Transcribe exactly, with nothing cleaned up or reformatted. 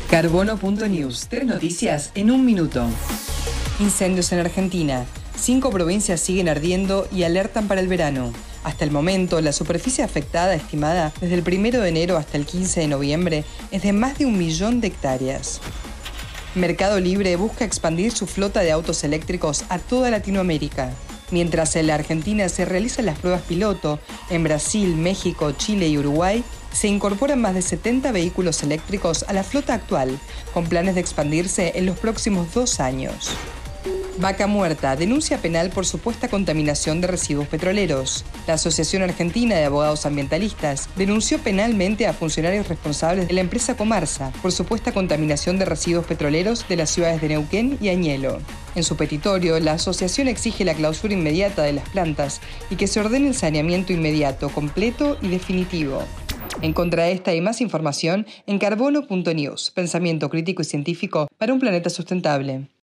Carbono punto news. Tres noticias en un minuto. Incendios en Argentina. Cinco provincias siguen ardiendo y alertan para el verano. Hasta el momento, la superficie afectada estimada desde el primero de enero hasta el quince de noviembre es de más de un millón de hectáreas. Mercado Libre busca expandir su flota de autos eléctricos a toda Latinoamérica. Mientras en la Argentina se realizan las pruebas piloto, en Brasil, México, Chile y Uruguay se incorporan más de setenta vehículos eléctricos a la flota actual, con planes de expandirse en los próximos dos años. Vaca Muerta denuncia penal por supuesta contaminación de residuos petroleros. La Asociación Argentina de Abogados Ambientalistas denunció penalmente a funcionarios responsables de la empresa Comarsa por supuesta contaminación de residuos petroleros de las ciudades de Neuquén y Añelo. En su petitorio, la asociación exige la clausura inmediata de las plantas y que se ordene el saneamiento inmediato, completo y definitivo. En contra de esta y más información en Carbono punto news. Pensamiento crítico y científico para un planeta sustentable.